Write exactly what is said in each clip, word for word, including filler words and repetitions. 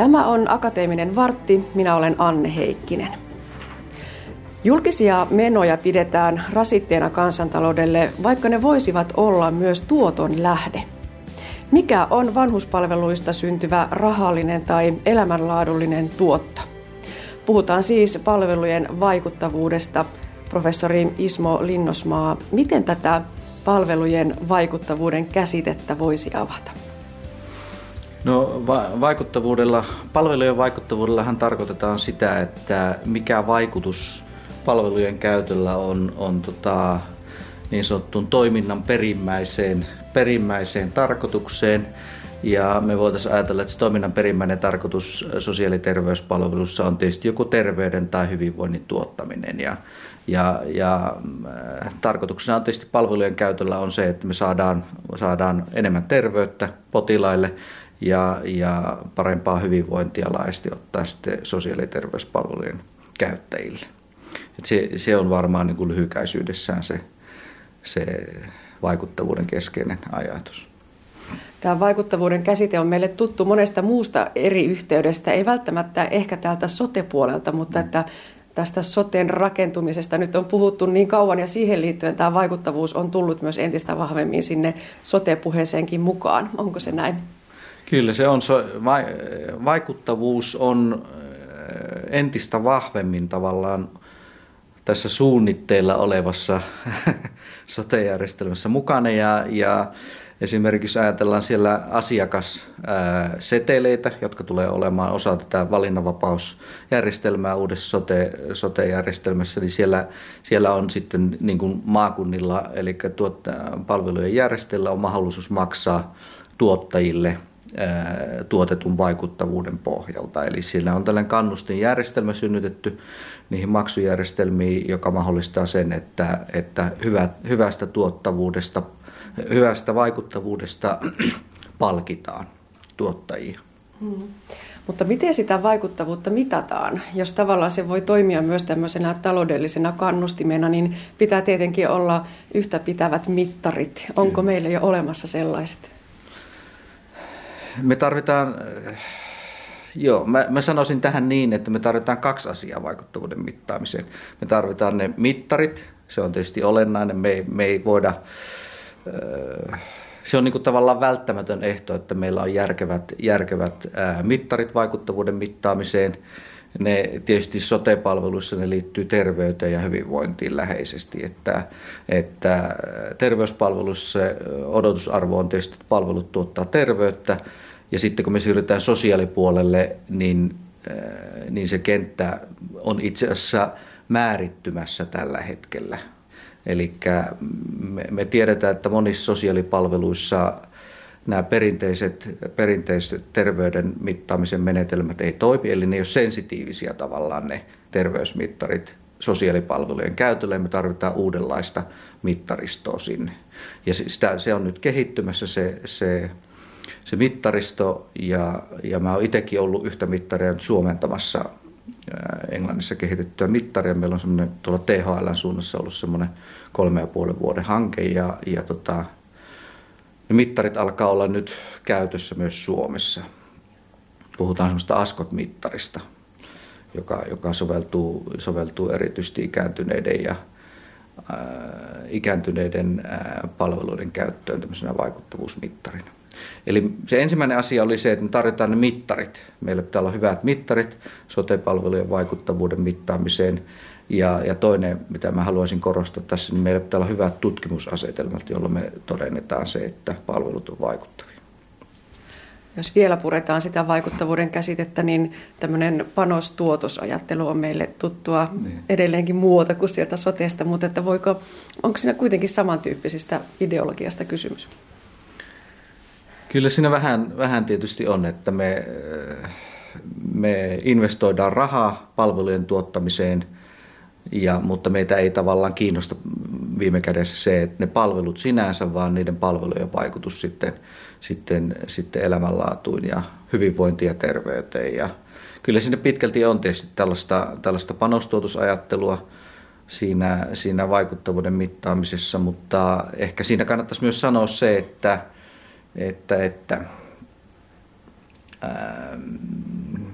Tämä on Akateeminen vartti. Minä olen Anne Heikkinen. Julkisia menoja pidetään rasitteena kansantaloudelle, vaikka ne voisivat olla myös tuoton lähde. Mikä on vanhuspalveluista syntyvä rahallinen tai elämänlaadullinen tuotto? Puhutaan siis palvelujen vaikuttavuudesta. Professori Ismo Linnosmaa, miten tätä palvelujen vaikuttavuuden käsitettä voisi avata? No va- vaikuttavuudella, palvelujen vaikuttavuudellahan tarkoitetaan sitä, että mikä vaikutus palvelujen käytöllä on, on tota, niin sanottuun toiminnan perimmäiseen, perimmäiseen tarkoitukseen. Ja me voitaisiin ajatella, että se toiminnan perimmäinen tarkoitus sosiaali- ja terveyspalvelussa on tietysti joku terveyden tai hyvinvoinnin tuottaminen. Ja, ja, ja äh, tarkoituksena on tietysti palvelujen käytöllä on se, että me saadaan, saadaan enemmän terveyttä potilaille ja, ja parempaa hyvinvointia laajasti ottaa sitten sosiaali- ja terveyspalvelujen käyttäjille. Et se, se on varmaan niin kuin lyhykäisyydessään se, se vaikuttavuuden keskeinen ajatus. Tämä vaikuttavuuden käsite on meille tuttu monesta muusta eri yhteydestä, ei välttämättä ehkä täältä sote-puolelta, mutta että tästä soten rakentumisesta nyt on puhuttu niin kauan ja siihen liittyen tämä vaikuttavuus on tullut myös entistä vahvemmin sinne sote-puheeseenkin mukaan. Onko se näin? Kyllä se on. Vaikuttavuus on entistä vahvemmin tavallaan tässä suunnitteilla olevassa sote-järjestelmässä mukana ja, ja esimerkiksi ajatellaan siellä asiakasseteleitä, jotka tulee olemaan osa tätä valinnanvapausjärjestelmää uudessa sote, sote-järjestelmässä, niin siellä, siellä on sitten niin kuin maakunnilla, eli tuot, palvelujen järjestäjillä on mahdollisuus maksaa tuottajille ää, tuotetun vaikuttavuuden pohjalta. Eli siinä on tällainen kannustinjärjestelmä synnytetty niihin maksujärjestelmiin, joka mahdollistaa sen, että, että hyvä, hyvästä tuottavuudesta hyvästä vaikuttavuudesta palkitaan tuottajia. Hmm. Mutta miten sitä vaikuttavuutta mitataan? Jos tavallaan se voi toimia myös tämmöisenä taloudellisena kannustimena, niin pitää tietenkin olla yhtä pitävät mittarit. Onko hmm. meillä jo olemassa sellaiset? Me tarvitaan, joo, mä, mä sanoisin tähän niin, että me tarvitaan kaksi asiaa vaikuttavuuden mittaamiseen. Me tarvitaan ne mittarit, se on tietysti olennainen, me ei, me ei voida. Se on niin kuin tavallaan välttämätön ehto, että meillä on järkevät, järkevät mittarit vaikuttavuuden mittaamiseen. Ne tietysti sote-palveluissa ne liittyy terveyteen ja hyvinvointiin läheisesti. Että, että terveyspalveluissa odotusarvo on tietysti, että palvelut tuottaa terveyttä. Ja sitten kun me siirrytään sosiaalipuolelle, niin, niin se kenttä on itse asiassa määrittymässä tällä hetkellä. Eli me, me tiedetään, että monissa sosiaalipalveluissa nämä perinteiset, perinteiset terveyden mittaamisen menetelmät ei toimi, eli ne ei ole sensitiivisiä tavallaan ne terveysmittarit sosiaalipalvelujen käytölle, me tarvitaan uudenlaista mittaristoa sinne. Ja sitä, se on nyt kehittymässä se, se, se mittaristo, ja, ja mä oon itsekin ollut yhtä mittaria nyt suomentamassa Englannissa kehitettyä mittaria. Meillä on semmoinen tuolla T H L:n suunnassa ollut semmoinen kolme ja puolen vuoden hanke ja, ja tota, ne mittarit alkaa olla nyt käytössä myös Suomessa. Puhutaan semmoista A S C O T-mittarista, joka, joka soveltuu, soveltuu erityisesti ikääntyneiden ja ää, ikääntyneiden ää, palveluiden käyttöön tämmöisenä vaikuttavuusmittarina. Eli se ensimmäinen asia oli se, että me tarvitaan ne mittarit. Meillä pitää olla hyvät mittarit sote-palvelujen vaikuttavuuden mittaamiseen. Ja, ja toinen, mitä mä haluaisin korostaa tässä, niin meillä pitää olla hyvät tutkimusasetelmat, jolloin me todennetaan se, että palvelut on vaikuttavia. Jos vielä puretaan sitä vaikuttavuuden käsitettä, niin tämmöinen panostuotosajattelu on meille tuttua niin. Edelleenkin muuta kuin sieltä sotesta, mutta että voiko, onko siinä kuitenkin samantyyppisistä ideologiasta kysymys? Kyllä siinä vähän, vähän tietysti on, että me, me investoidaan rahaa palvelujen tuottamiseen, ja, mutta meitä ei tavallaan kiinnosta viime kädessä se, että ne palvelut sinänsä, vaan niiden palvelujen vaikutus sitten, sitten, sitten elämänlaatuun ja hyvinvointiin ja terveyteen. Ja kyllä siinä pitkälti on tietysti tällaista, tällaista panostuotusajattelua siinä, siinä vaikuttavuuden mittaamisessa, mutta ehkä siinä kannattaisi myös sanoa se, että että, että ää,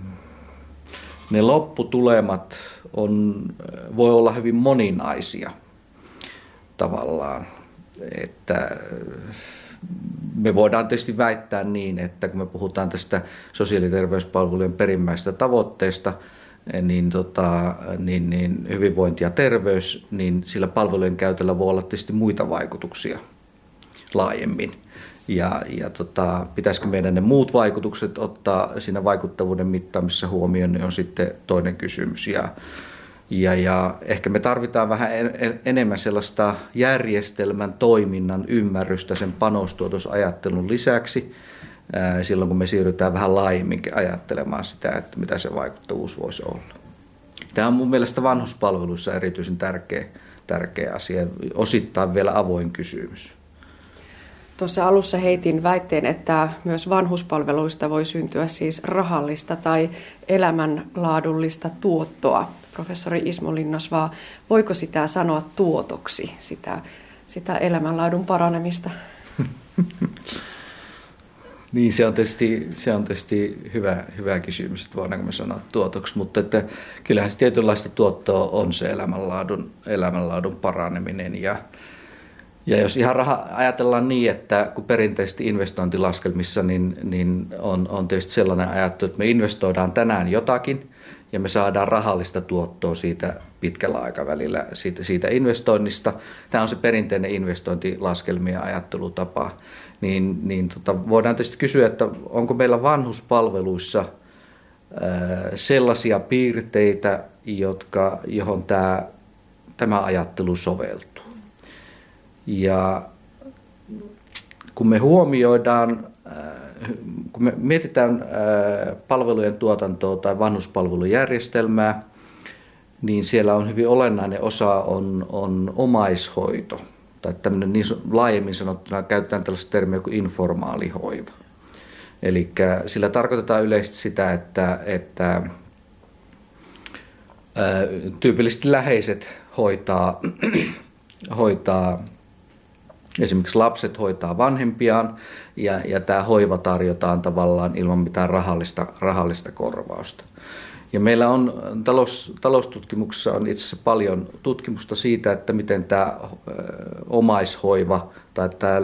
ne lopputulemat on, voi olla hyvin moninaisia tavallaan. Että me voidaan tietysti väittää niin, että kun me puhutaan tästä sosiaali- ja terveyspalvelujen perimmäisestä tavoitteesta, niin, tota, niin, niin hyvinvointi ja terveys, niin sillä palvelujen käytöllä voi olla tietysti muita vaikutuksia laajemmin. Ja, ja tota, pitäisikö meidän ne muut vaikutukset ottaa siinä vaikuttavuuden mittaamisessa huomioon, niin on sitten toinen kysymys. Ja, ja, ja ehkä me tarvitaan vähän en, enemmän sellaista järjestelmän toiminnan ymmärrystä sen panostuotosajattelun lisäksi, ää, silloin kun me siirrytään vähän laajemminkin ajattelemaan sitä, että mitä se vaikuttavuus voisi olla. Tämä on mun mielestä vanhuspalveluissa erityisen tärkeä, tärkeä asia, osittain vielä avoin kysymys. Tuossa alussa heitin väitteen, että myös vanhuspalveluista voi syntyä siis rahallista tai elämänlaadullista tuottoa. Professori Ismo Linnosvaa, voiko sitä sanoa tuotoksi, sitä, sitä elämänlaadun paranemista? Niin, se on tietysti, se on tietysti hyvä, hyvä kysymys, että voidaanko me sanoa tuotoksi, mutta että kyllähän se tietynlaista tuottoa on se elämänlaadun, elämänlaadun paraneminen. Ja, ja jos ihan raha, ajatellaan niin, että kun perinteisesti investointilaskelmissa, niin, niin on, on tietysti sellainen ajattelu, että me investoidaan tänään jotakin ja me saadaan rahallista tuottoa siitä pitkällä aikavälillä siitä, siitä investoinnista. Tämä on se perinteinen investointilaskelmien ajattelutapa. Niin, niin tota, voidaan tietysti kysyä, että onko meillä vanhuspalveluissa ää, sellaisia piirteitä, jotka, johon tämä, tämä ajattelu soveltuu. Ja kun me huomioidaan, ää, kun me mietitään ää, palvelujen tuotantoa tai vanhuspalvelujärjestelmää, niin siellä on hyvin olennainen osa on, on omaishoito. Tai tämmöinen niin laajemmin sanottuna käytetään tällaista termiä kuin informaalihoiva. Eli sillä tarkoitetaan yleisesti sitä, että, että ää, tyypillisesti läheiset hoitaa, hoitaa, esimerkiksi lapset hoitaa vanhempiaan ja, ja tämä hoiva tarjotaan tavallaan ilman mitään rahallista, rahallista korvausta. Ja meillä on talous, taloustutkimuksessa on itse asiassa paljon tutkimusta siitä, että miten tämä omaishoiva tai tämä,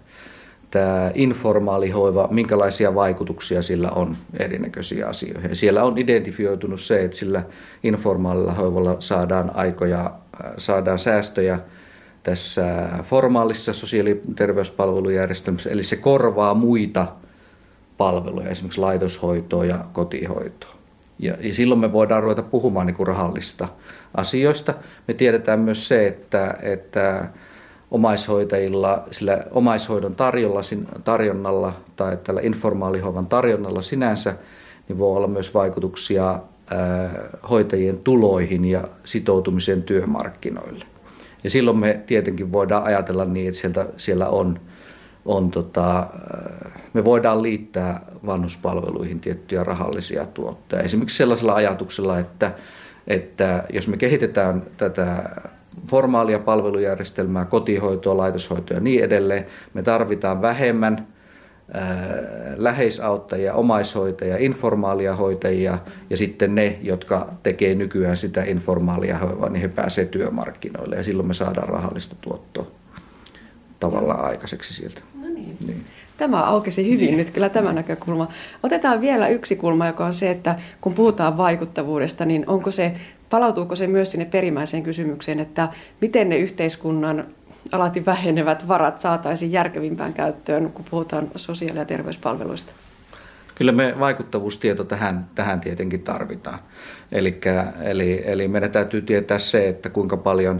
tämä informaalihoiva, minkälaisia vaikutuksia sillä on erinäköisiä asioihin. Ja siellä on identifioitunut se, että sillä informaalilla hoivalla saadaan aikoja, saadaan säästöjä tässä formaalisessa sosiaali- ja terveyspalvelujärjestelmässä, eli se korvaa muita palveluja, esimerkiksi laitoshoitoa ja kotihoitoa. Ja, ja silloin me voidaan ruveta puhumaan niin kuin rahallista asioista. Me tiedetään myös se, että, että omaishoitajilla, sillä omaishoidon tarjolla, tarjonnalla tai tällä informaalihoivan tarjonnalla sinänsä, niin voi olla myös vaikutuksia ää, hoitajien tuloihin ja sitoutumiseen työmarkkinoille. Ja silloin me tietenkin voidaan ajatella niin, että sieltä, siellä on, on tota, me voidaan liittää vanhuspalveluihin tiettyjä rahallisia tuotteja. Esimerkiksi sellaisella ajatuksella, että, että jos me kehitetään tätä formaalia palvelujärjestelmää, kotihoitoa, laitoshoitoa ja niin edelleen, me tarvitaan vähemmän ää, läheisauttajia, omaishoitajia, informaalia hoitajia ja sitten ne, jotka tekee nykyään sitä informaalia hoivaa, niin he pääsevät työmarkkinoille ja silloin me saadaan rahallista tuottoa tavallaan aikaiseksi sieltä. No niin. Niin. Tämä aukesi hyvin niin. Nyt kyllä tämä näkökulma. Otetaan vielä yksi kulma, joka on se, että kun puhutaan vaikuttavuudesta, niin onko se, palautuuko se myös sinne perimmäiseen kysymykseen, että miten ne yhteiskunnan alati vähenevät varat saataisiin järkevimpään käyttöön, kun puhutaan sosiaali- ja terveyspalveluista? Kyllä me vaikuttavuustieto tähän, tähän tietenkin tarvitaan. Elikkä, eli, eli meidän täytyy tietää se, että kuinka paljon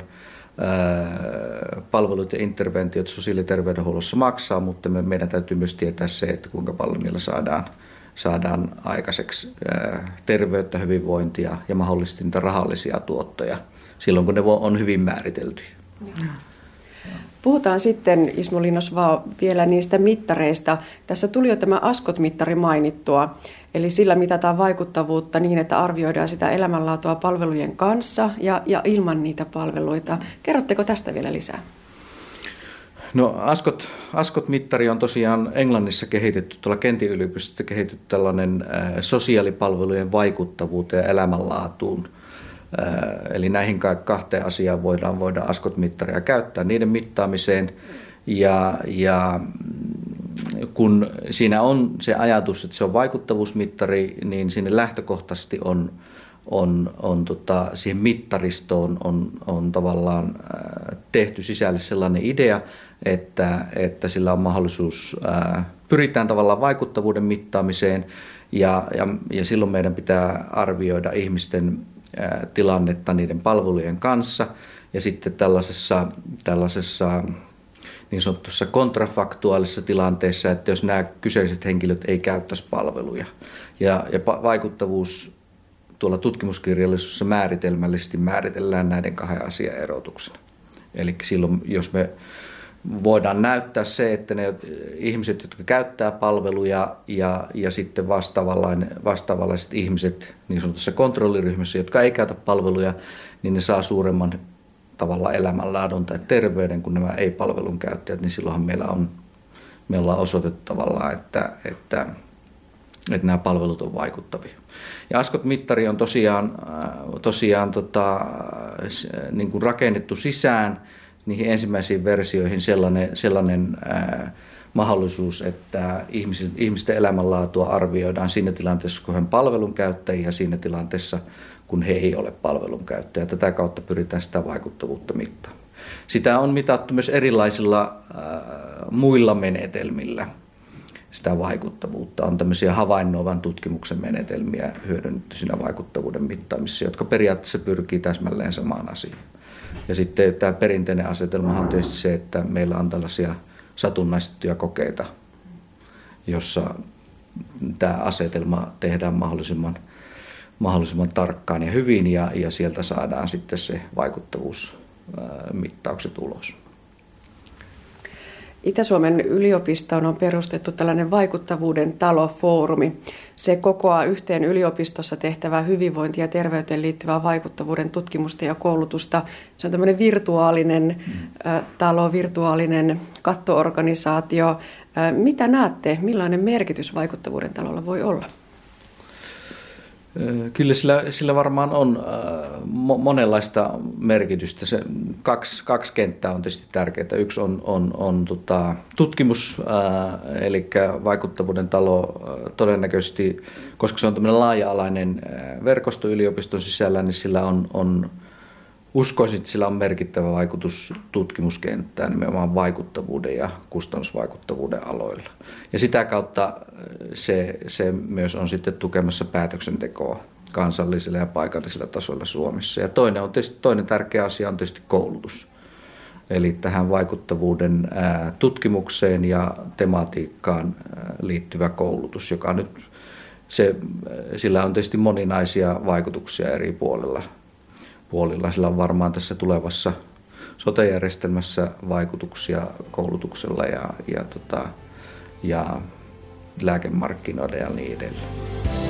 palvelut ja interventiot sosiaali- ja terveydenhuollossa maksaa, mutta me, meidän täytyy myös tietää se, että kuinka paljon niillä saadaan, saadaan aikaiseksi terveyttä, hyvinvointia ja mahdollisesti niitä rahallisia tuottoja silloin, kun ne on hyvin määritelty. Puhutaan sitten, Ismo Linnosvaa, vielä niistä mittareista. Tässä tuli jo tämä A S K O T-mittari mainittua, eli sillä mitataan vaikuttavuutta niin, että arvioidaan sitä elämänlaatua palvelujen kanssa ja, ja ilman niitä palveluita. Kerrotteko tästä vielä lisää? No Ascot, Ascot-mittari on tosiaan Englannissa kehitetty, tuolla Kentin yliopistossa kehitetty tällainen ää, sosiaalipalvelujen vaikuttavuuteen ja elämänlaatuun. Ää, eli näihin kahteen asiaan voidaan, voidaan Ascot-mittaria käyttää niiden mittaamiseen. Ja, ja kun siinä on se ajatus, että se on vaikuttavuusmittari, niin sinne lähtökohtaisesti on on, on tota, siihen mittaristoon on, on tavallaan ää, tehty sisälle sellainen idea, että, että sillä on mahdollisuus, ää, pyritään tavallaan vaikuttavuuden mittaamiseen ja, ja, ja silloin meidän pitää arvioida ihmisten ää, tilannetta niiden palvelujen kanssa ja sitten tällaisessa, tällaisessa niin sanotussa kontrafaktuaalisessa tilanteessa, että jos nämä kyseiset henkilöt ei käyttäisi palveluja ja, ja vaikuttavuus tuolla tutkimuskirjallisuudessa määritelmällisesti määritellään näiden kahden asian erotuksena. Eli silloin, jos me voidaan näyttää se, että ne ihmiset, jotka käyttää palveluja ja, ja sitten vastaavanlaiset ihmiset niin sanotussa kontrolliryhmässä, jotka ei käytä palveluja, niin ne saa suuremman tavallaan elämänlaadun tai terveyden kuin nämä ei-palvelun käyttäjät, niin silloinhan meillä on, me ollaan osoitettu tavallaan, että, että että nämä palvelut on vaikuttavia. Ja Ascot-mittari on tosiaan, tosiaan tota, niin kuin rakennettu sisään niihin ensimmäisiin versioihin sellainen, sellainen ää, mahdollisuus, että ihmisten, ihmisten elämänlaatua arvioidaan siinä tilanteessa, kun he on palvelun käyttäjiä ja siinä tilanteessa, kun he ei ole palvelun käyttäjiä. Tätä kautta pyritään sitä vaikuttavuutta mittaamaan. Sitä on mitattu myös erilaisilla ää, muilla menetelmillä. Sitä vaikuttavuutta. On tämmöisiä havainnoivan tutkimuksen menetelmiä hyödynnetty siinä vaikuttavuuden mittaamisessa, jotka periaatteessa pyrkii täsmälleen samaan asiaan. Ja sitten tämä perinteinen asetelma on tietysti se, että meillä on tällaisia satunnaistettuja kokeita, jossa tämä asetelma tehdään mahdollisimman, mahdollisimman tarkkaan ja hyvin ja, ja sieltä saadaan sitten se vaikuttavuusmittaukset ulos. Itä-Suomen yliopistoon on perustettu tällainen vaikuttavuuden talofoorumi. Se kokoaa yhteen yliopistossa tehtävää hyvinvointi- ja terveyteen liittyvää vaikuttavuuden tutkimusta ja koulutusta. Se on tämmöinen virtuaalinen mm. talo, virtuaalinen kattoorganisaatio. Mitä näette, millainen merkitys vaikuttavuuden talolla voi olla? Kyllä sillä, sillä varmaan on monenlaista merkitystä. Se, kaksi, kaksi kenttää on tietysti tärkeää. Yksi on, on, on tota, tutkimus, ää, eli vaikuttavuuden talo todennäköisesti, koska se on tämmöinen laaja-alainen verkosto yliopiston sisällä, niin sillä on, on uskoisin, että sillä on merkittävä vaikutus tutkimuskenttään nimenomaan vaikuttavuuden ja kustannusvaikuttavuuden aloilla. Ja sitä kautta se, se myös on sitten tukemassa päätöksentekoa kansallisella ja paikallisella tasolla Suomessa. Ja toinen, on tietysti, toinen tärkeä asia on tietysti koulutus. Eli tähän vaikuttavuuden ää, tutkimukseen ja tematiikkaan ää, liittyvä koulutus, joka nyt, se, sillä on tietysti moninaisia vaikutuksia eri puolilla. puolilla. Sillä on varmaan tässä tulevassa sote-järjestelmässä vaikutuksia koulutuksella ja, ja, tota, ja lääkemarkkinoilla ja niin edelleen.